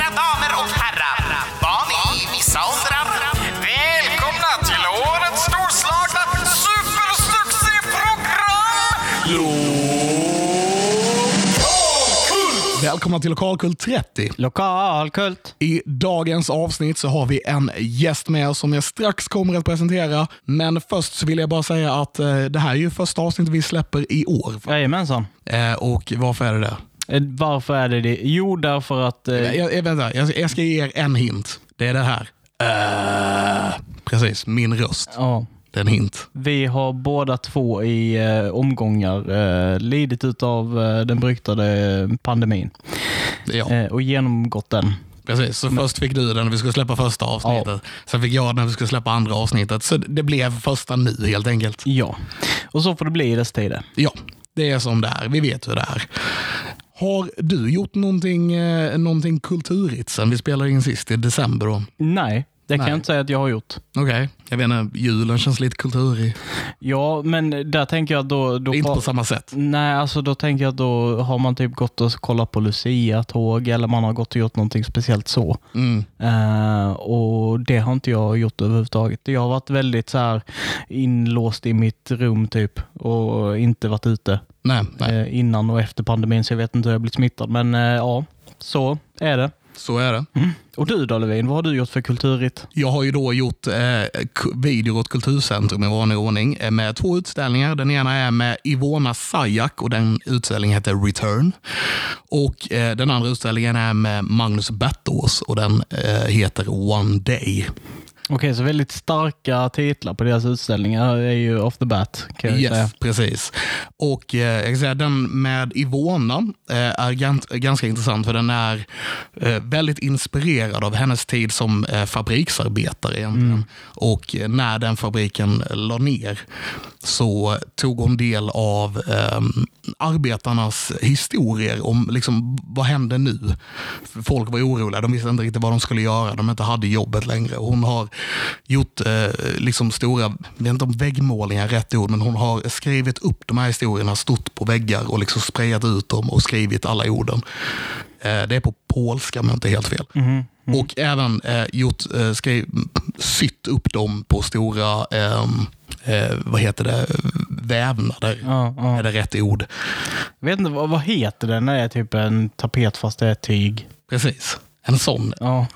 Mina damer och herrar, barn i vissa åldrar, välkomna till årets storslagna supersuccéprogram! Välkomna till Lokalkult 30. Lokalkult. I dagens avsnitt så har vi en gäst med oss som jag strax kommer att presentera. Men först så vill jag bara säga att det här är ju första avsnittet vi släpper i år. Jajamensan. Och varför är det det? Varför är det? Jo, därför att... Jag ska ge er en hint. Det är det här. Precis, min röst. Ja. Det är en hint. Vi har båda två i omgångar lidit ut av den beryktade pandemin. Ja. Och genomgått den. Precis, så först fick du den när vi skulle släppa första avsnittet. Ja. Sen fick jag den när vi skulle släppa andra avsnittet. Så det blev första nu helt enkelt. Ja, och så får det bli i dess tider. Ja, det är som det är. Vi vet hur det är. Har du gjort någonting kulturigt sen vi spelade in sist i december då? Nej, det kan jag inte säga att jag har gjort. Okej, jag vet inte, julen känns lite kulturig. Ja, men där tänker jag då inte på samma sätt. Nej, alltså då tänker jag då har man typ gått och kollat på Lucia-tåg eller man har gått och gjort någonting speciellt så. Och det har inte jag gjort överhuvudtaget. Jag har varit väldigt så här inlåst i mitt rum typ och inte varit ute. Nej. Innan och efter pandemin, så jag vet inte hur jag blivit smittad. Men ja, så är det. Så är det. Och du då, Levin, vad har du gjort för kulturigt? Jag har ju då gjort videor åt Kulturcentrum i vanlig ordning med 2 utställningar. Den ena är med Ivona Sajak och den utställningen heter Return. Och den andra utställningen är med Magnus Bettås och den heter One Day. Okej, så väldigt starka titlar på deras utställningar är ju off the bat, kan jag säga. Precis. Och jag kan säga den med Ivona är ganska intressant, för den är väldigt inspirerad av hennes tid som fabriksarbetare egentligen. Och när den fabriken la ner så tog hon del av arbetarnas historier om liksom, vad hände nu? Folk var oroliga, de visste inte riktigt vad de skulle göra, de inte hade jobbet längre. Och hon har gjort liksom stora, jag vet inte om väggmålningar är rätt ord, men hon har skrivit upp de här historierna, stått på väggar och liksom sprayat ut dem och skrivit alla orden. Det är på polska, men inte helt fel. Och även sytt upp dem på stora vävnader. Är det rätt ord? Jag vet inte, vad heter det när det är typ en tapet fast det är tyg? Precis. En sån. Ja.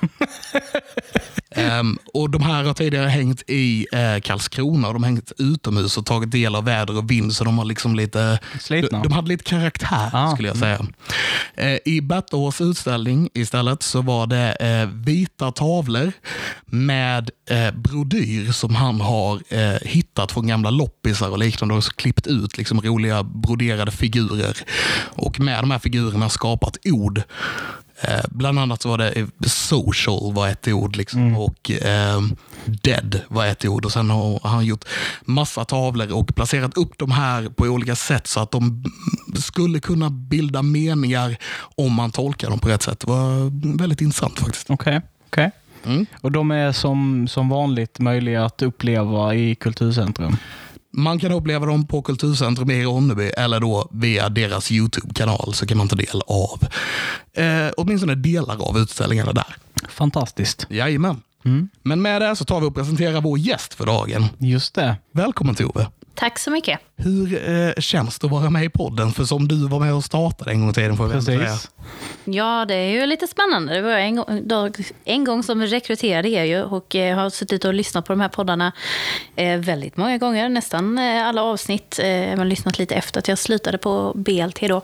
Och de här har tidigare hängt i Karlskrona och de har hängt utomhus och tagit del av väder och vind, så de har liksom lite slitna. De hade lite karaktär skulle jag säga. I Bettås utställning istället så var det vita tavlor med brodyr som han har hittat från gamla loppisar och liknande och så klippt ut liksom roliga broderade figurer och med de här figurerna skapat ord. Bland annat så var det social var ett ord liksom, och dead var ett ord, och sen har han gjort massa tavlor och placerat upp de här på olika sätt så att de skulle kunna bilda meningar om man tolkar dem på rätt sätt. Det var väldigt intressant faktiskt. Okej. Och de är som vanligt möjliga att uppleva i Kulturcentrum? Man kan uppleva dem på Kulturcentrum i Ronneby eller då via deras YouTube-kanal, så kan man ta del av åtminstone delar av utställningarna där. Fantastiskt. Jajamän. Men med det så tar vi och presenterar vår gäst för dagen. Just det. Välkommen Tove. Tack så mycket. Hur känns det att vara med i podden? För som du var med och startade en gång i tiden, får jag säga. Ja, det är ju lite spännande. Det var en gång som vi rekryterade er ju, och har suttit och lyssnat på de här poddarna väldigt många gånger. Nästan alla avsnitt. Jag har lyssnat lite efter att jag slutade på BLT då.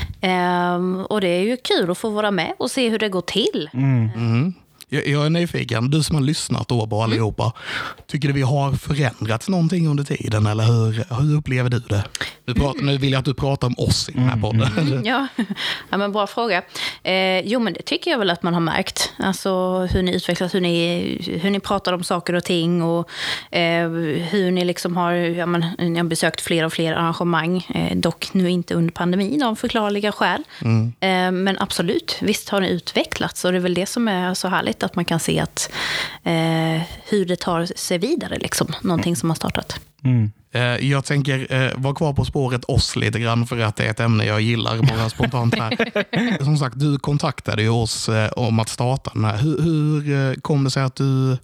Och det är ju kul att få vara med och se hur det går till. Jag är nyfiken, du som har lyssnat då på allihopa. Tycker du vi har förändrats någonting under tiden, eller hur upplever du det? Nu vill jag att du pratar om oss i den här podden. Ja, men bra fråga. Jo, men det tycker jag väl att man har märkt. Alltså hur ni utvecklas, hur ni pratar om saker och ting, och hur ni liksom har, ni har besökt fler och fler arrangemang, dock nu inte under pandemin av förklarliga skäl. Men absolut, visst har ni utvecklats, och det är väl det som är så härligt, att man kan se att hur det tar sig vidare liksom, någonting som har startat. Jag tänker vara kvar på spåret oss lite grann för att det är ett ämne jag gillar bara spontant här. Som sagt, du kontaktade ju oss om att starta den här. Hur kom det sig att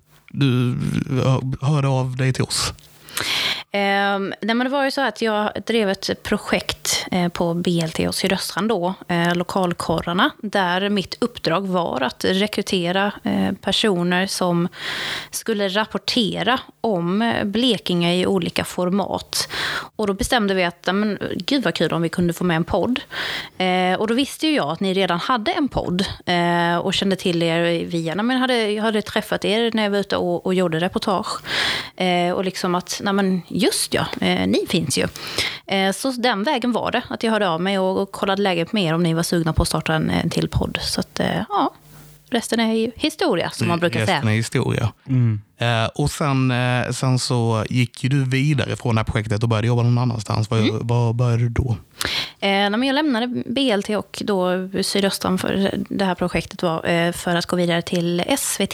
du hörde av dig till oss? Nej, men det var ju så att jag drev ett projekt på BLT och Sydöstran då, lokalkorrarna, där mitt uppdrag var att rekrytera personer som skulle rapportera om Blekinge i olika format. Och då bestämde vi att men, gud vad kul om vi kunde få med en podd. Och då visste ju jag att ni redan hade en podd och kände till er via, men jag hade träffat er när jag var ute och gjorde reportage. Och liksom att, nej men just ja, ni finns ju. Så den vägen var det, att jag hörde av mig och kollade läget med er om ni var sugna på att starta en till podd. Så att, ja, resten är ju historia, som man brukar säga. Resten är historia. Och sen så gick ju du vidare från det här projektet och började jobba någon annanstans. Vad började du då? Jag lämnade BLT och då Sydöstran för det här projektet var för att gå vidare till SVT.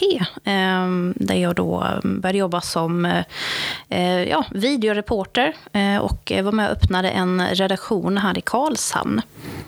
Där jag då började jobba som videoreporter och var med och öppnade en redaktion här i Karlshamn.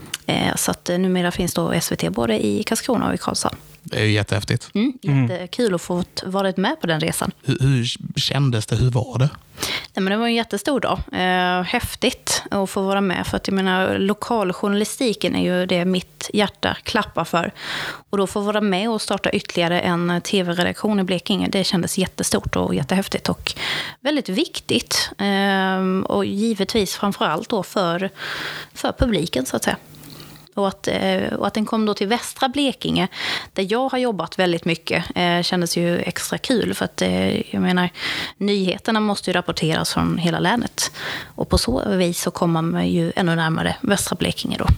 Så att numera finns då SVT både i Karlskrona och i Karlshamn. Det är ju jättehäftigt. Jättekul att få varit med på den resan. Hur kändes det? Hur var det? Nej, men det var en jättestor dag. Häftigt att få vara med. För att jag menar, lokaljournalistiken är ju det mitt hjärta klappar för. Och då få vara med och starta ytterligare en tv-redaktion i Blekinge. Det kändes jättestort och jättehäftigt. Och väldigt viktigt. Och givetvis framförallt då för publiken så att säga. Och att den kom då till västra Blekinge, där jag har jobbat väldigt mycket, kändes ju extra kul. För att jag menar, nyheterna måste ju rapporteras från hela länet. Och på så vis så kommer man ju ännu närmare västra Blekinge då.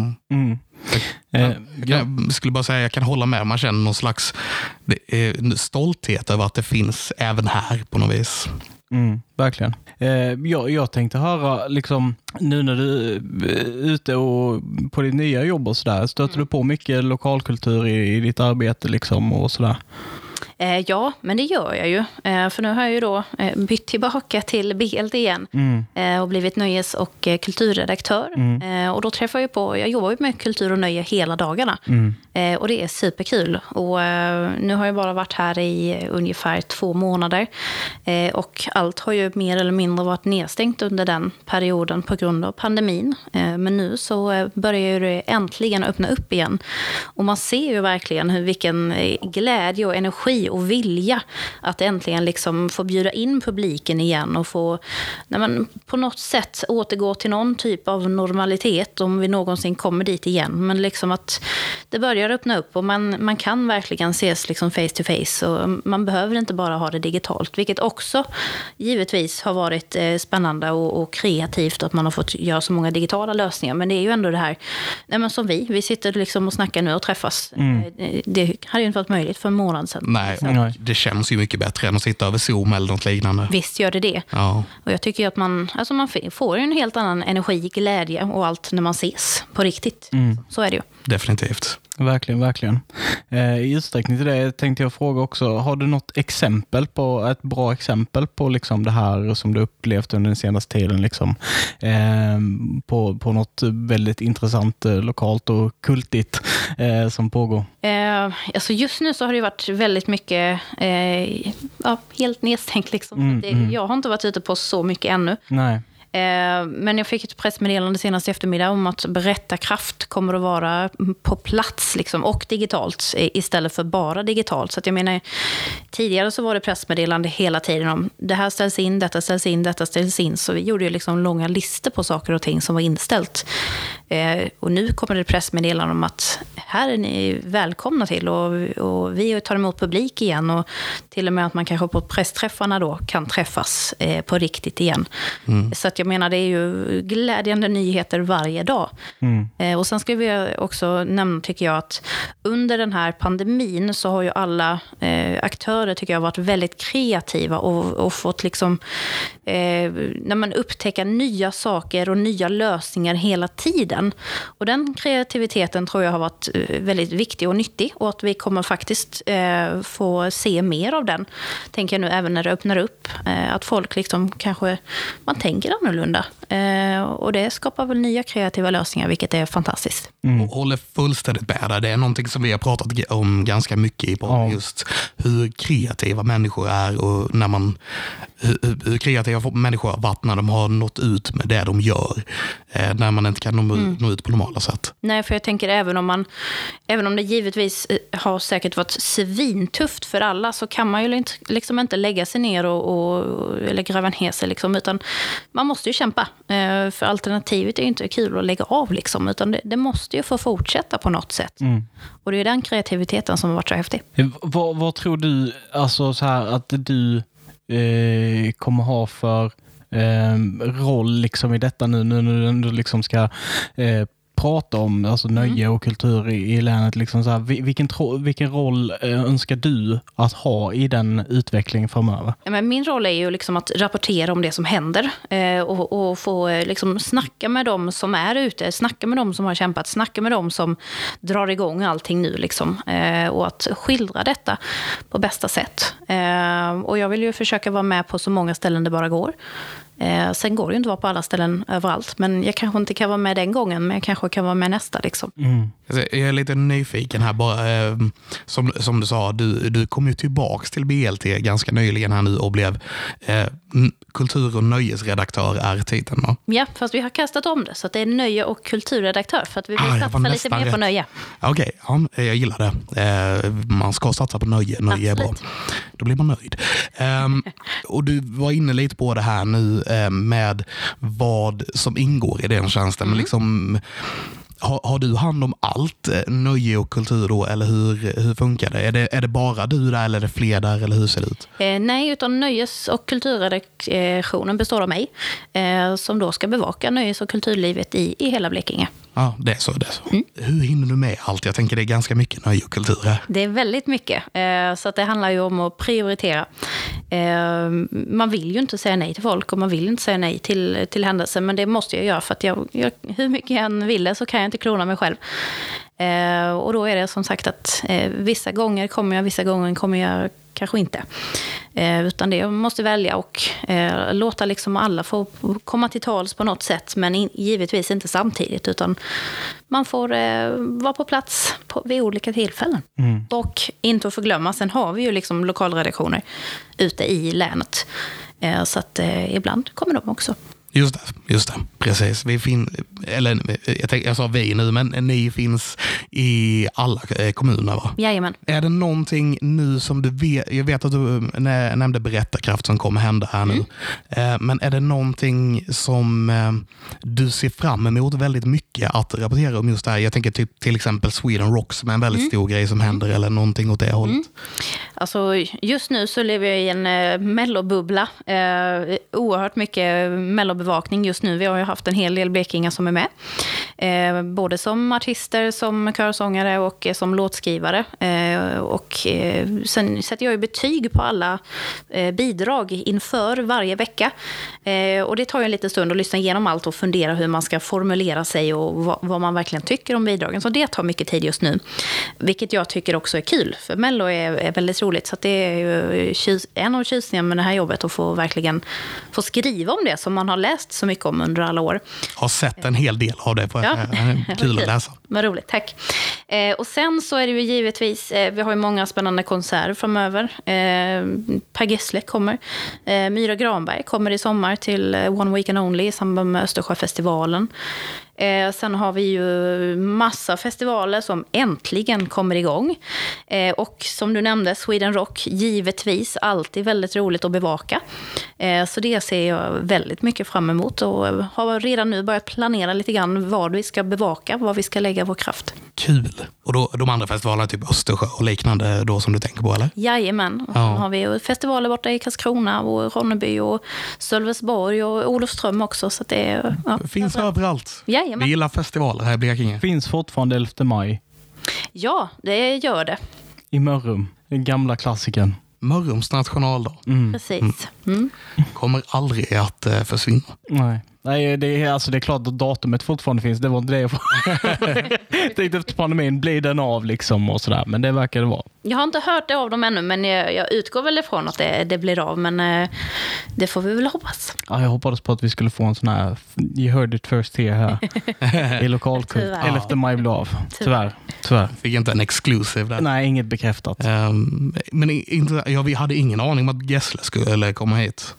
Jag skulle bara säga, jag kan hålla med. Man känner någon slags stolthet över att det finns även här på något vis. Verkligen. Jag tänkte höra, liksom, nu när du är ute och på ditt nya jobb och sådär, stöter du på mycket lokalkultur i ditt arbete liksom och sådär? Ja, men det gör jag ju. För nu har jag ju då bytt tillbaka till BLT igen och blivit nöjes- och kulturredaktör. Och då träffar jag jobbar ju med kultur och nöje hela dagarna. Och det är superkul. Och nu har jag bara varit här i ungefär 2 månader. Och allt har ju mer eller mindre varit nedstängt under den perioden på grund av pandemin. Men nu så börjar det äntligen öppna upp igen. Och man ser ju verkligen vilken glädje och energi och vilja att äntligen liksom få bjuda in publiken igen och få på något sätt återgå till någon typ av normalitet om vi någonsin kommer dit igen. Men liksom att det börjar öppna upp och man kan verkligen ses liksom face to face och man behöver inte bara ha det digitalt, vilket också givetvis har varit spännande och kreativt att man har fått göra så många digitala lösningar. Men det är ju ändå det här som vi sitter liksom och snackar nu och träffas. Det hade ju inte varit möjligt för en månad sedan. Nej, det känns ju mycket bättre än att sitta över Zoom eller något liknande. Visst gör det. Ja. Och jag tycker att man får en helt annan energi, glädje och allt när man ses på riktigt. Så är det ju. Definitivt. Verkligen. I utsträckning till det tänkte jag fråga också, har du något ett bra exempel på liksom det här som du upplevt under den senaste tiden liksom, på något väldigt intressant lokalt och kultigt som pågår? Alltså just nu så har det varit väldigt mycket helt nedstängt liksom. Jag har inte varit ute på så mycket ännu. Nej. Men jag fick ett pressmeddelande senast i eftermiddag om att Berättarkraft kommer att vara på plats liksom, och digitalt istället för bara digitalt. Så att jag menar, tidigare så var det pressmeddelande hela tiden om det här ställs in, detta ställs in, detta ställs in. Så vi gjorde ju liksom långa listor på saker och ting som var inställt. Och nu kommer det pressmeddelande om att här är ni välkomna till och vi tar emot publik igen och till och med att man kanske på pressträffarna då kan träffas på riktigt igen. Så att jag menar, det är ju glädjande nyheter varje dag. Och sen ska vi också nämna, tycker jag, att under den här pandemin så har ju alla aktörer, tycker jag, varit väldigt kreativa och fått liksom när man upptäcker nya saker och nya lösningar hela tiden. Och den kreativiteten tror jag har varit väldigt viktig och nyttig, och att vi kommer faktiskt få se mer av den, tänker jag nu, även när det öppnar upp, att folk liksom kanske, man tänker annorlunda, och det skapar väl nya kreativa lösningar, vilket är fantastiskt. Och håller fullständigt med. Det är någonting som vi har pratat om ganska mycket i podden, just hur kreativa människor är, och när man hur kreativa människor har varit när de har nått ut med det de gör, när man inte kan nå ut på normala sätt. Nej, för jag tänker även om det givetvis har säkert varit svintufft för alla, så kan man ju liksom inte lägga sig ner eller gräva ner sig liksom, utan man måste ju kämpa, för alternativet är ju inte kul att lägga av liksom, utan det måste ju få fortsätta på något sätt. Och det är den kreativiteten som har varit så häftig. Vad tror du, alltså så här, att du kommer ha för roll liksom i detta nu när du liksom ska prata om alltså nöje och kultur i länet liksom, så här, vilken roll önskar du att ha i den utvecklingen framöver? Ja, men min roll är ju liksom att rapportera om det som händer, och få liksom snacka med dem som är ute, snacka med dem som har kämpat, snacka med dem som drar igång allting nu liksom, och att skildra detta på bästa sätt. Och jag vill ju försöka vara med på så många ställen det bara går. Sen går det ju inte att vara på alla ställen överallt, men jag kanske inte kan vara med den gången, men jag kanske kan vara med nästa liksom. Jag är lite nyfiken här bara, som du sa, du kom ju tillbaks till BLT ganska nyligen här nu och blev kultur- och nöjesredaktör är titeln, va? Ja, fast vi har kastat om det, så att det är nöje- och kulturredaktör, för att vi vill satsa lite mer på nöje. Okej, ja, jag gillar det. Man ska satsa på nöje är bra. Då blir man nöjd. Och du var inne lite på det här nu med vad som ingår i den tjänsten. Men liksom, har du hand om allt nöje och kultur då, eller hur funkar det? Är det bara du där, eller är det fler där, eller hur ser det ut? Nej, utan nöjes- och kulturredaktionen består av mig, som då ska bevaka nöjes- och kulturlivet i hela Blekinge. Ja, det är så. Hur hinner du med allt? Jag tänker det är ganska mycket nöje och kultur här. Det är väldigt mycket, så att det handlar ju om att prioritera. Man vill ju inte säga nej till folk, och man vill inte säga nej till händelser, men det måste jag göra, för att jag hur mycket jag än ville så kan jag inte klona mig själv. Och då är det som sagt att vissa gånger kommer jag kanske inte. Utan det jag måste välja och låta liksom alla få komma till tals på något sätt, men givetvis inte samtidigt, utan man får vara på plats vid olika tillfällen. Och inte att förglömma, sen har vi ju liksom lokalredaktioner ute i länet, så att ibland kommer de också. Just det, precis. Jag sa vi nu, men ni finns i alla kommuner, va? Jajamän. Är det någonting nu som du vet, jag vet att du nämnde berättarkraft som kommer hända här nu, men är det någonting som du ser fram emot väldigt mycket att rapportera om just det här? Jag tänker typ till exempel Sweden Rock som är en väldigt stor grej som händer, eller någonting åt det hållet. Alltså just nu så lever jag i en mellobubbla, oerhört mycket mellobevakning just nu. Vi har ju haft en hel del blekingar som är med. Både som artister, som körsångare och som låtskrivare. Och sen sätter jag ju betyg på alla bidrag inför varje vecka. Och det tar ju en liten stund att lyssna igenom allt och fundera hur man ska formulera sig och vad man verkligen tycker om bidragen. Så det tar mycket tid just nu. Vilket jag tycker också är kul. För Mello är väldigt roligt. Så att det är ju en av tjusningarna med det här jobbet att verkligen få skriva om det som man har läst så mycket om under alla år. Jag har sett en hel del av det. Kul att läsa. Vad roligt, tack. Och sen så är det ju givetvis, vi har ju många spännande konserter framöver. Per Gessle kommer. Myra Granberg kommer i sommar till One Weekend Only i samband med Östersjöfestivalen. Sen har vi ju massa festivaler som äntligen kommer igång. Och som du nämnde, Sweden Rock, givetvis alltid väldigt roligt att bevaka. Så det ser jag väldigt mycket fram emot och har redan nu börjat planera lite grann vad vi ska bevaka, vad vi ska lägga vår kraft. Kul. Och då, de andra festivalerna, typ Östersjö och liknande då som du tänker på, eller? Jajamän. Och sen har vi festivaler borta i Karlskrona och Ronneby och Sölvesborg och Olofström också. Så att det finns överallt. Jajamän. Vi gillar festivaler här i Blekinge. Finns fortfarande 11 maj. Ja, det gör det. I Mörrum, den gamla klassikern. Mörrums nationaldag. Precis. Kommer aldrig att försvinna. Nej. Nej, det är klart att datumet fortfarande finns. Det var inte det jag tänkte efter pandemin. Blir den av liksom och sådär. Men det verkar det vara. Jag har inte hört det av dem ännu, men jag utgår väl ifrån att det blir av. Men det får vi väl hoppas. Ja, jag hoppades på att vi skulle få en sån här You heard it first here här i lokalkult. 11 maj blev av. Tyvärr. Fick inte en exclusive där. Nej, inget bekräftat. Men vi hade ingen aning om att Gessle skulle komma hit.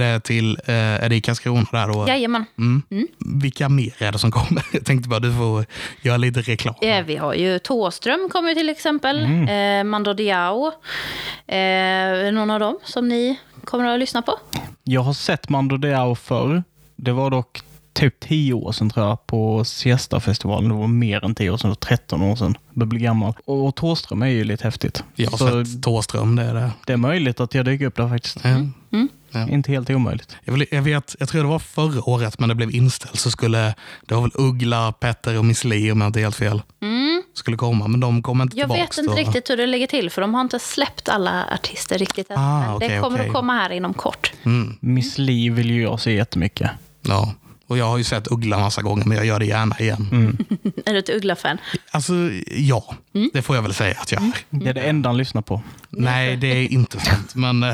Är det i Karlskrona där då? Jajamän. Vilka mer är det som kommer? Jag tänkte bara du får göra lite reklam. Vi har ju Thåström kommer till exempel. Mando Diao. Någon av dem som ni kommer att lyssna på? Jag har sett Mando Diao förr. Det var dock typ 10 år sedan tror jag på Siesta-festivalen. Det var mer än 10 år sedan, det var 13 år sedan. Jag blir gammal. Och Thåström är ju lite häftigt. Jag har sett Thåström, det är det. Det är möjligt att jag dyker upp där faktiskt. Ja. Inte helt omöjligt. Jag tror det var förra året, men det blev inställt. Så det var väl Uggla, Petter och Miss Li, om jag inte helt fel. Skulle komma, men de kommer inte tillbaka. Jag vet inte riktigt hur det ligger till, för de har inte släppt alla artister riktigt än. Det kommer att komma här inom kort. Miss Li vill ju jag se jättemycket. Ja. Och jag har ju sett Uggla massa gånger, men jag gör det gärna igen. Är du ett Uggla-fan? Alltså, ja. Det får jag väl säga att jag är. Det är det enda han lyssnar på. Nej, det är inte sant. Men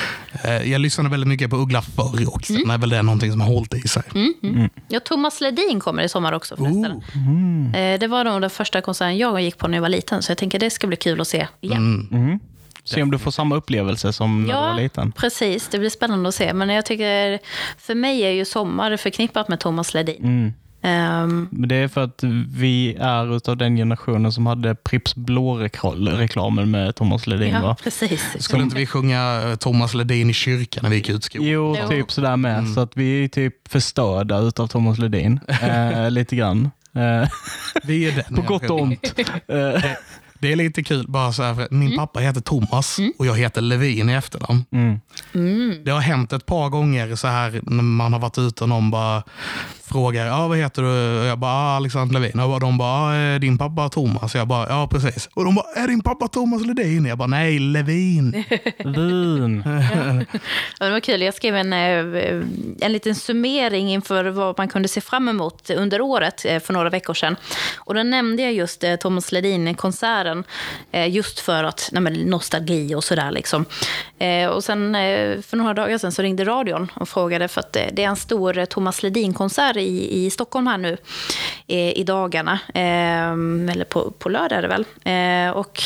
jag lyssnade väldigt mycket på Uggla förr och sen är väl det någonting som har hållit i sig. Ja, Thomas Ledin kommer i sommar också förresten. Det var nog den första konserten jag gick på när jag var liten, så jag tänker det ska bli kul att se igen. Se om du får samma upplevelse som när du var liten. Precis. Det blir spännande att se. Men jag tycker, för mig är ju sommar förknippat med Thomas Ledin. Men det är för att vi är utav den generationen som hade Pripps blå-reklamen med Thomas Ledin. Ja, va? precis. Skulle inte vi sjunga Thomas Ledin i kyrkan när vi gick ut skolan? Jo, typ sådär med. Så att vi är typ förstörda utav Thomas Ledin. Lite grann. Vi är den på gott och ont. Det är lite kul bara så här, för min pappa heter Thomas och jag heter Levin i efternamn. Det har hänt ett par gånger så här när man har varit ute och någon bara frågar, vad heter du? Och jag bara, Alexander Levin. Och de bara, är din pappa Thomas? Och jag bara, ja precis. Och de bara, är din pappa Thomas Ledin? Jag bara, nej, Levin. Levin. Ja, det var kul. Jag skrev en liten summering inför vad man kunde se fram emot under året för några veckor sedan. Och då nämnde jag just Thomas Ledin-konserten just för att, nostalgi och sådär liksom. Och sen för några dagar sedan så ringde radion och frågade, för att det är en stor Thomas Ledin-konsert i Stockholm här nu i dagarna, eller på lördag är det väl. Och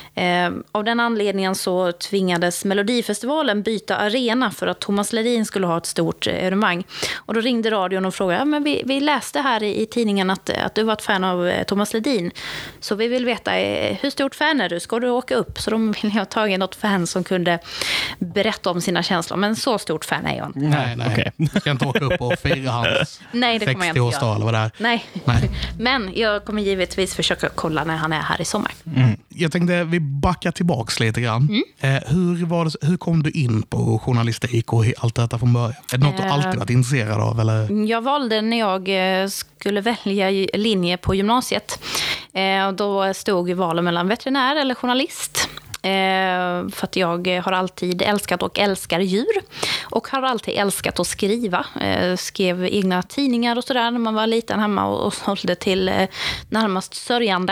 av den anledningen så tvingades Melodifestivalen byta arena för att Thomas Ledin skulle ha ett stort evenemang. Och då ringde radion och frågade, men vi läste här i tidningen att du var ett fan av Thomas Ledin. Så vi vill veta, hur stort fan är du? Ska du åka upp? Så de ville ha tagit något fan som kunde berätta om sina känslor. Men så stort fan är jag inte. Nej. Okay. Jag ska inte åka upp och fira hans 60-årsdag eller vad det är. Nej. Men jag kommer givetvis försöka kolla när han är här i sommar. Jag tänkte vi backar tillbaks lite grann. Hur kom du in på journalistik och allt detta från början? Är det något du alltid varit intresserad av? Eller? Jag valde när jag skulle välja linje på gymnasiet. Då stod valen mellan veterinär eller journalist. För att jag har alltid älskat och älskar djur. Och har alltid älskat att skriva. Skrev egna tidningar och sådär när man var liten hemma och sålde till närmast sörjande.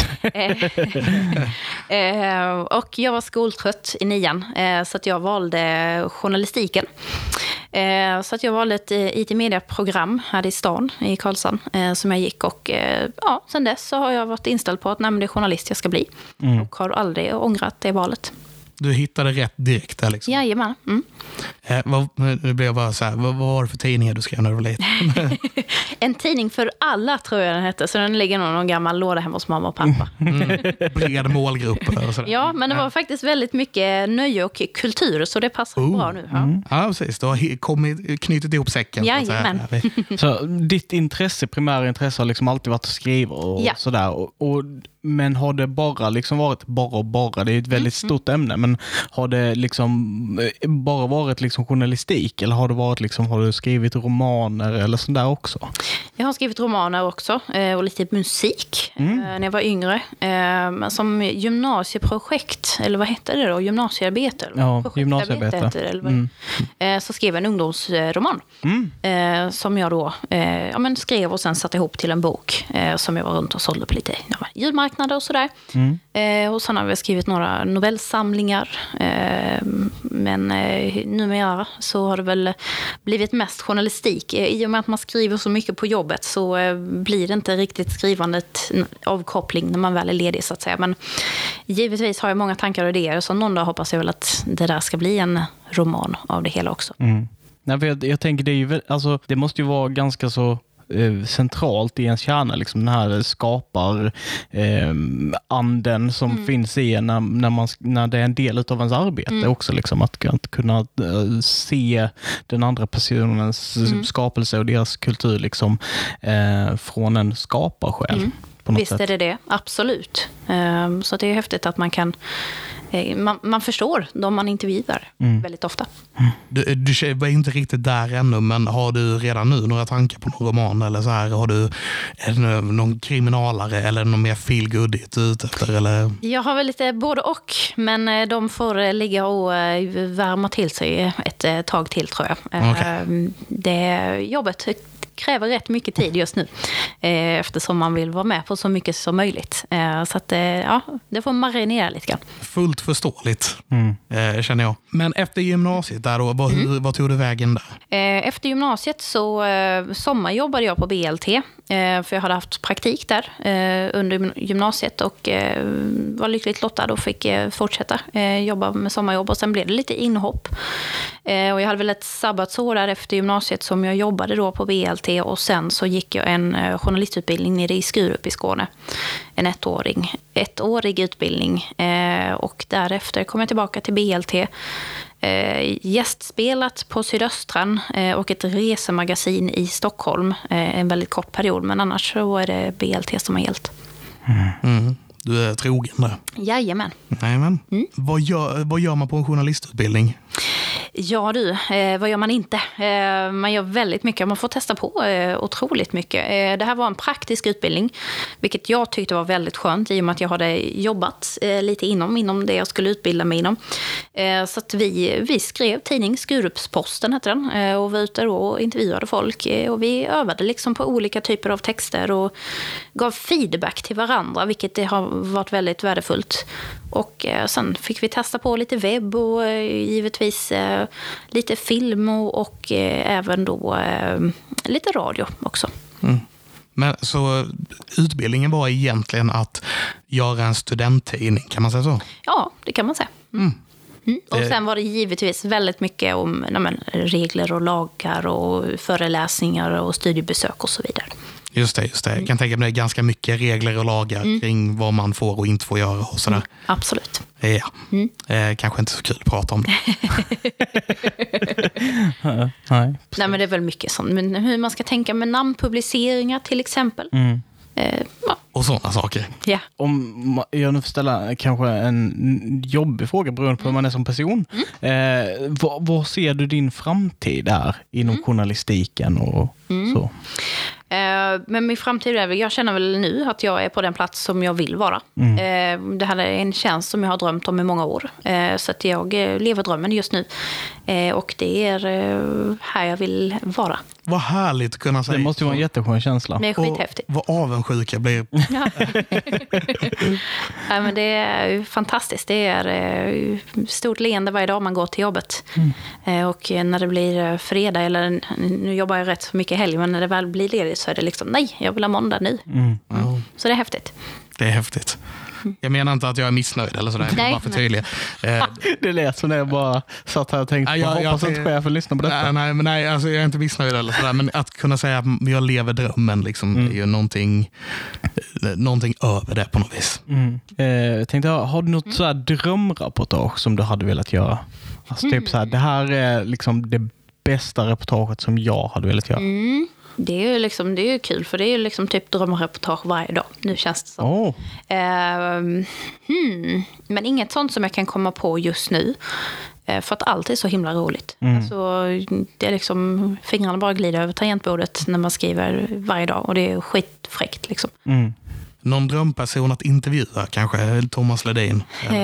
Och jag var skoltrött i 9:an. Så att jag valde journalistiken. Så att jag valde ett IT-media-program här i stan, i Karlshamn, som jag gick. Och sen dess så har jag varit inställd på att det är journalist jag ska bli. Och har aldrig ångrat det valet. Du hittade rätt direkt där liksom? Jajamän. Nu blev jag bara så här, vad var det för tidningar du skrev när du var liten? En tidning för alla tror jag den hette. Så den ligger någon gammal låda hemma hos mamma och pappa. Bred målgrupp och sådär. Ja, men det var faktiskt väldigt mycket nöje och kultur. Så det passar bra nu. Ja, precis. Du har knutit ihop säcken. Jajamän. Så ditt primära intresse har liksom alltid varit att skriva och sådär. Men har det bara liksom varit bara, det är ett väldigt stort ämne, men har det liksom bara varit liksom journalistik, eller har det varit liksom, har du skrivit romaner eller sånt där också? Jag har skrivit romaner också och lite musik när jag var yngre. Som gymnasieprojekt, eller vad hette det då? Gymnasiearbete? Ja, gymnasiearbete. Så skrev jag en ungdomsroman som jag då skrev och sen satte ihop till en bok som jag var runt och sålde på lite julmarknader och sådär. Och sen har vi skrivit några novellsamlingar. Men numera så har det väl blivit mest journalistik. I och med att man skriver så mycket på jobbet så blir det inte riktigt skrivandet avkoppling när man väl är ledig så att säga. Men givetvis har jag många tankar och idéer, så någon dag hoppas jag väl att det där ska bli en roman av det hela också. Nej, för jag tänker det är ju, alltså, det måste ju vara ganska så centralt i ens kärna, liksom den här skapar anden som finns i en när det är en del av ens arbete också, liksom att kunna se den andra personens skapelse och deras kultur liksom från en skaparsjäl. Visst är det, absolut. Så det är häftigt att man kan man förstår de man intervjuar väldigt ofta. Du är inte riktigt där ännu, men har du redan nu några tankar på någon roman eller så här? Har du någon kriminalare eller någon mer feel-goodigt ute efter? Eller? Jag har väl lite både och, men de får ligga och värma till sig ett tag till, tror jag. Okay. Det jobbet kräver rätt mycket tid just nu eftersom man vill vara med på så mycket som möjligt. Så att det får marinera lite grann. Fullt förståeligt, känner jag. Men efter gymnasiet där då, vad tog du vägen där? Efter gymnasiet så sommarjobbade jag på BLT, för jag hade haft praktik där under gymnasiet och var lyckligt lottad och fick fortsätta jobba med sommarjobb, och sen blev det lite inhopp. Och jag hade väl ett sabbatsår där efter gymnasiet som jag jobbade då på BLT, och sen så gick jag en journalistutbildning nere i Skurup i Skåne. En ettårig utbildning, och därefter kom jag tillbaka till BLT, gästspelat på Sydöstran och ett resemagasin i Stockholm en väldigt kort period, men annars så är det BLT som har gällt. Du är trogen där. Jajamän. Vad gör man på en journalistutbildning? Ja du, vad gör man inte? Man gör väldigt mycket, man får testa på otroligt mycket. Det här var en praktisk utbildning, vilket jag tyckte var väldigt skönt i och med att jag hade jobbat lite inom det jag skulle utbilda mig inom. Så att vi skrev tidning, Skurupsposten hette den, och var ute då och intervjuade folk, och vi övade liksom på olika typer av texter och gav feedback till varandra, vilket det har varit väldigt värdefullt. Och sen fick vi testa på lite webb och givetvis lite film och även då lite radio också. Men så utbildningen var egentligen att göra en studenttidning, kan man säga så? Ja, det kan man säga. Och sen var det givetvis väldigt mycket om regler och lagar och föreläsningar och studiebesök och så vidare. Just det. Jag kan tänka mig det är ganska mycket regler och lagar kring vad man får och inte får göra och sådär. Absolut. Ja, kanske inte så kul att prata om det. Nej, men det är väl mycket sånt. Men hur man ska tänka med namnpubliceringar till exempel. Och sådana saker. Ja. Om jag nu får ställa kanske en jobbig fråga beroende på hur man är som person. Vad ser du din framtid där inom journalistiken och så? Men min framtid är väl, jag känner väl nu att jag är på den plats som jag vill vara. Det här är en tjänst som jag har drömt om i många år. Så att jag lever drömmen just nu. Och det är här jag vill vara. Vad härligt att kunna säga. Det måste ju vara en jätteskön känsla. Det är skithäftigt. Och vad avundsjuk jag blir. Ja. Ja, men det är fantastiskt. Det är stort leende varje dag man går till jobbet. Och när det blir fredag, eller nu jobbar jag rätt så mycket helg, men när det väl blir ledigt så är det liksom, nej, jag vill ha måndag nu. Så det är häftigt. Det är häftigt. Jag menar inte att jag är missnöjd eller sådär, bara för tydlig. Det lät som det jag bara satt här och tänkte på. Hoppas att chefen lyssnar på detta. Nej, alltså jag är inte missnöjd eller sådär, men att kunna säga att jag lever drömmen liksom, är ju någonting över det på något vis. Jag tänkte, har du något sådär drömreportage som du hade velat göra? Alltså typ såhär, det här är liksom det bästa reportaget som jag hade velat göra. Det är ju liksom, det är ju kul, för det är ju liksom typ drömreportage varje dag. Nu känns det så. Men inget sånt som jag kan komma på just nu. För att allt är så himla roligt. Alltså, det är liksom, fingrarna bara glider över tangentbordet när man skriver varje dag. Och det är skitfräckt liksom. Någon drömperson att intervjua, kanske Thomas Ledin?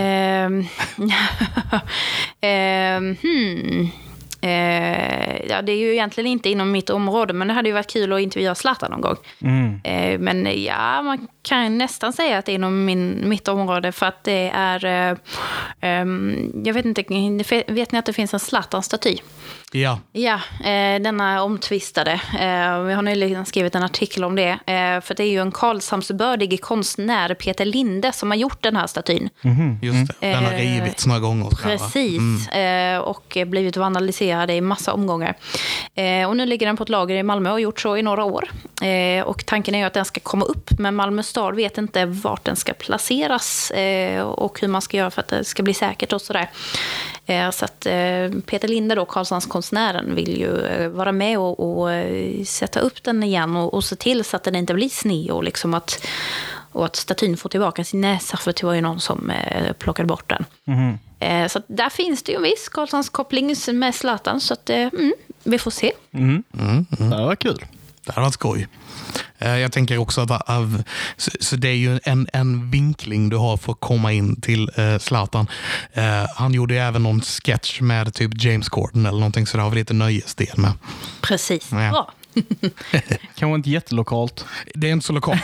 Ja, det är ju egentligen inte inom mitt område, men det hade ju varit kul att intervjua Zlatan någon gång. Men ja, man kan nästan säga att det är inom mitt område, för att det är jag vet inte, vet ni att det finns en Zlatan-staty? Ja. Ja, denna omtvistade. Vi har nyligen skrivit en artikel om det. För det är ju en Karlshamnsbördig konstnär, Peter Linde, som har gjort den här statyn. Just det, den har rivits några gånger. Precis, och blivit vandaliserad i massa omgångar. Och nu ligger den på ett lager i Malmö och har gjort så i några år. Och tanken är ju att den ska komma upp, men Malmö stad vet inte vart den ska placeras och hur man ska göra för att det ska bli säkert och sådär. Så att Peter Linde då, Karlshamnskonstnären, vill ju vara med och sätta upp den igen och se till så att den inte blir sned och liksom att statyn får tillbaka sin näsa, för det var ju någon som plockade bort den. Så att där finns det ju en viss Karlshamnskoppling med Zlatan, så att vi får se. Det var kul. Det har varit skoj. Jag tänker också att så det är ju en vinkling du har för att komma in till Zlatan. Han gjorde ju även någon sketch med typ James Corden eller någonting, så det har vi lite nöjesdel med. Precis, ja. Bra. Kanske inte jättelokalt. Det är inte så lokalt.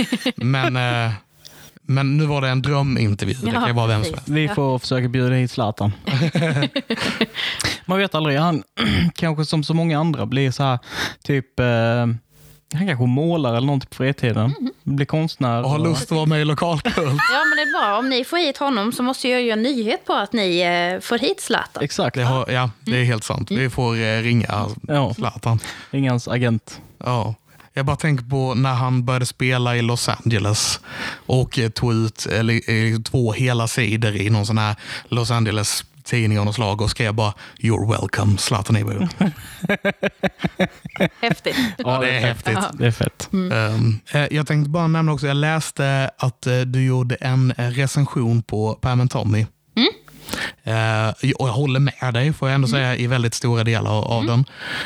Men nu var det en drömintervju. Det kan vara vem som helst. Vi får försöka bjuda hit Zlatan. Man vet aldrig. Han kanske som så många andra blir så här typ... han kanske målar eller någonting på fritiden. Blir konstnär. Och har lust att vara med i lokalkult. Ja, men det är bra. Om ni får hit honom så måste jag göra en nyhet på att ni får hit Zlatan. Exakt. Det är helt sant. Vi får ringa Zlatan. Ringa hans agent. Ja. Jag bara tänker på när han började spela i Los Angeles och tog ut 2 hela sidor i någon sån här Los Angeles tidning av något slag och skrev bara "You're welcome, Zlatan Ibrahimovic". Häftigt. Ja, det är häftigt. Det är fett. Jag tänkte bara nämna också, jag läste att du gjorde en recension på Pam & Tommy. Och jag håller med dig, får jag ändå säga, i väldigt stora delar av den.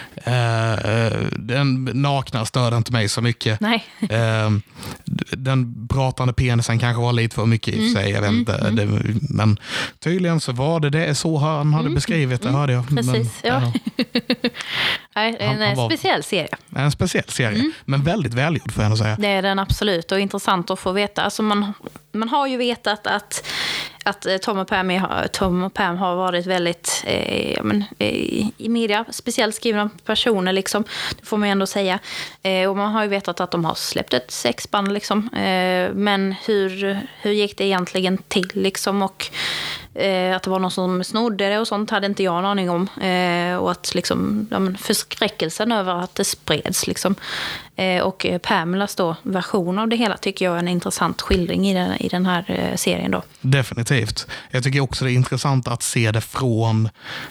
Den nakna störde inte mig så mycket. Nej. Den pratande penisen kanske var lite för mycket i sig, jag vet inte. Men tydligen så var det så han hade beskrivit det, hörde jag. Precis, men, Nej, en speciell serie. En speciell serie, men väldigt välgjord, får jag ändå säga. Det är den absolut, och intressant att få veta. Alltså man har ju vetat att Tom och Pam har varit väldigt i media, speciellt skrivna personer liksom, det får man ändå säga. Och man har ju vetat att de har släppt ett sexband liksom. Men hur gick det egentligen till liksom, och att det var någon som snodde det och sånt hade inte jag en aning om. Och att liksom, förskräckelsen över att det spreds liksom. Och Pamelas då version av det hela tycker jag är en intressant skildring i den här serien då. Definitivt. Jag tycker också det är intressant att se det från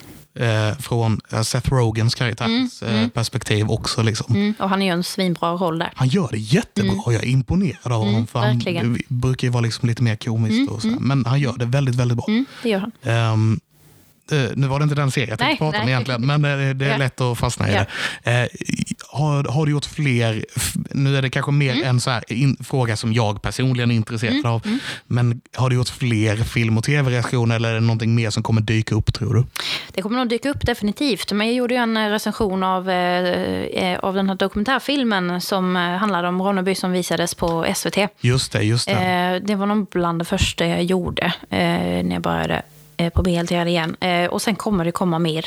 Seth Rogans karaktärs perspektiv också. Liksom. Och han är ju en svinbra roll där. Han gör det jättebra och jag är imponerad av honom. För han brukar ju vara liksom lite mer komiskt. Och så. Men han gör det väldigt, väldigt bra. Det gör han. Nu var det inte den serien jag tänkte prata om egentligen, men det är lätt att fastna i det. Har du gjort fler, nu är det kanske mer en så här fråga som jag personligen är intresserad av, men har du gjort fler film- och tv-recensioner eller är det någonting mer som kommer dyka upp, tror du? Det kommer nog dyka upp definitivt, men jag gjorde ju en recension av den här dokumentärfilmen som handlade om Ronneby som visades på SVT. Just det. Det var nog bland det första jag gjorde när jag började på BLT igen. Och sen kommer det komma mer.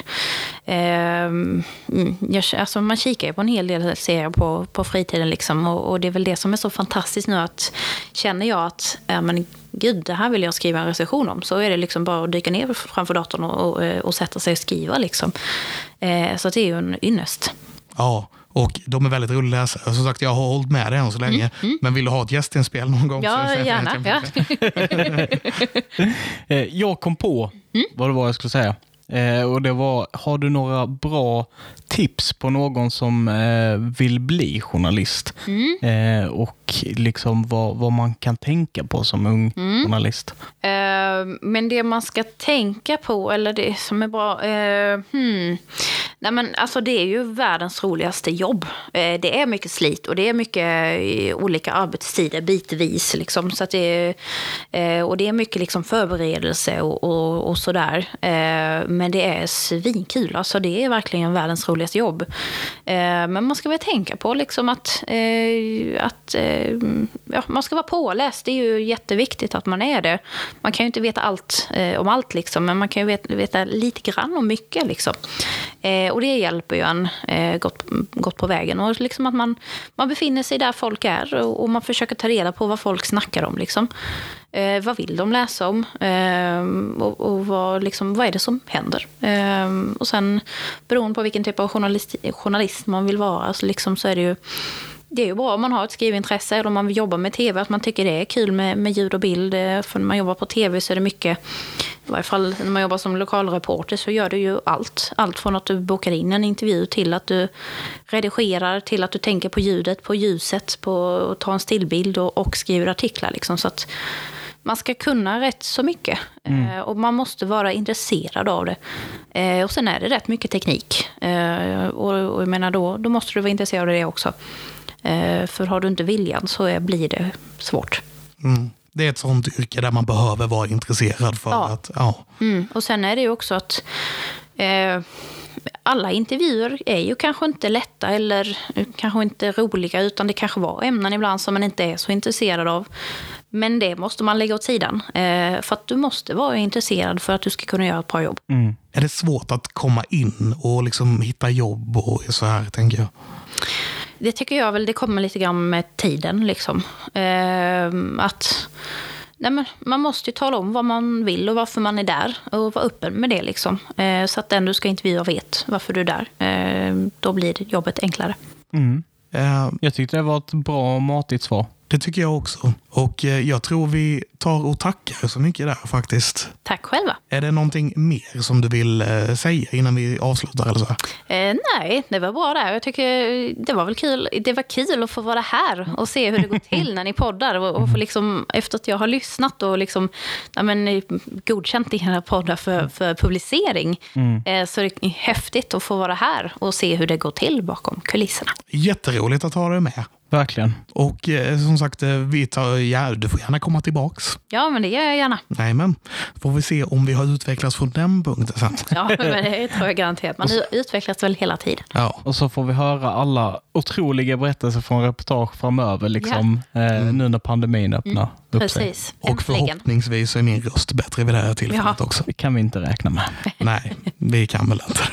Alltså man kikar ju på en hel del serier på fritiden liksom, och det är väl det som är så fantastiskt nu, att känner jag att men gud, det här vill jag skriva en recension om, så är det liksom bara att dyka ner framför datorn och sätta sig och skriva liksom. Så det är ju en ynnest. Ja. Och de är väldigt roliga att läsa. Som sagt, jag har hållit med det än så länge. Men vill du ha ett gästinspel någon gång? Ja, så gärna. Ja. Jag kom på vad det var jag skulle säga. Och det var, har du några bra tips på någon som vill bli journalist? Och liksom vad man kan tänka på som ung journalist? Men det man ska tänka på, eller det som är bra... Nej, men alltså det är ju världens roligaste jobb. Det är mycket slit och det är mycket olika arbetstider bitvis liksom, så att det är, och det är mycket liksom förberedelse och sådär. Men det är svinkul, alltså det är verkligen världens roligaste jobb. Men man ska väl tänka på liksom att man ska vara påläst. Det är ju jätteviktigt att man är det. Man kan ju inte veta allt om allt liksom, men man kan ju veta lite grann om mycket liksom. Och det hjälper ju en gott på vägen. Och liksom att man befinner sig där folk är och man försöker ta reda på vad folk snackar om. Liksom. Vad vill de läsa om? Och vad är det som händer? Och sen beroende på vilken typ av journalist man vill vara så, liksom, så är det är ju bra om man har ett skrivintresse eller om man vill jobba med tv, att man tycker det är kul med ljud och bild. För när man jobbar på tv så är det mycket, i varje fall när man jobbar som lokalreporter så gör du ju allt från att du bokar in en intervju till att du redigerar, till att du tänker på ljudet, på ljuset, på att ta en stillbild och skriver artiklar liksom, så att man ska kunna rätt så mycket och man måste vara intresserad av det. Och sen är det rätt mycket teknik. Och jag menar då måste du vara intresserad av det också. För har du inte viljan så blir det svårt. Det är ett sånt yrke där man behöver vara intresserad för att... Ja. Och sen är det ju också att alla intervjuer är ju kanske inte lätta eller kanske inte roliga, utan det kanske var ämnen ibland som man inte är så intresserad av. Men det måste man lägga åt sidan. För att du måste vara intresserad för att du ska kunna göra ett bra jobb. Är det svårt att komma in och liksom hitta jobb och så här, tänker jag? Det tycker jag väl, det kommer lite grann med tiden liksom. Man måste ju tala om vad man vill och varför man är där och vara öppen med det liksom. Så att den du ska intervjua vet varför du är där. Då blir jobbet enklare. Jag tyckte det var ett bra och matigt svar. Det tycker jag också. Och jag tror vi tar och tackar så mycket där faktiskt. Tack själva. Är det någonting mer som du vill säga innan vi avslutar eller så? Nej, det var bra där. Jag tycker det var väl kul. Det var kul att få vara här och se hur det går till när ni poddar. Och få liksom, efter att jag har lyssnat och liksom, godkänt era poddar för publicering. Så det är häftigt att få vara här och se hur det går till bakom kulisserna. Jätteroligt att ha dig med. Verkligen. Och som sagt, du får gärna komma tillbaks. Ja, men det gör jag gärna. Nej, men får vi se om vi har utvecklats från den punkten sen. Ja, men det tror jag garanterat. Man utvecklas väl hela tiden. Ja. Och så får vi höra alla otroliga berättelser från reportage framöver liksom, nu när pandemin öppnar upp Precis. sig. Och förhoppningsvis är min röst bättre vid det här tillfället också. Det kan vi inte räkna med. Nej, vi kan väl inte.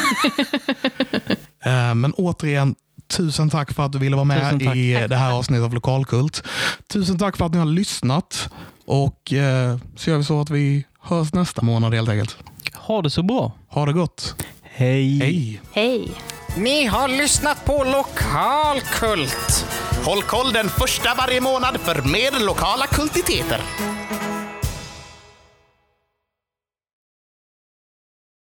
Men återigen, tusen tack för att du ville vara med i det här avsnittet av Lokalkult. Tusen tack för att ni har lyssnat. Och så gör vi så att vi hörs nästa månad helt enkelt. Ha det så bra. Ha det gott. Hej. Hej. Hej. Ni har lyssnat på Lokalkult. Håll koll den första varje månad för mer lokala kultiteter.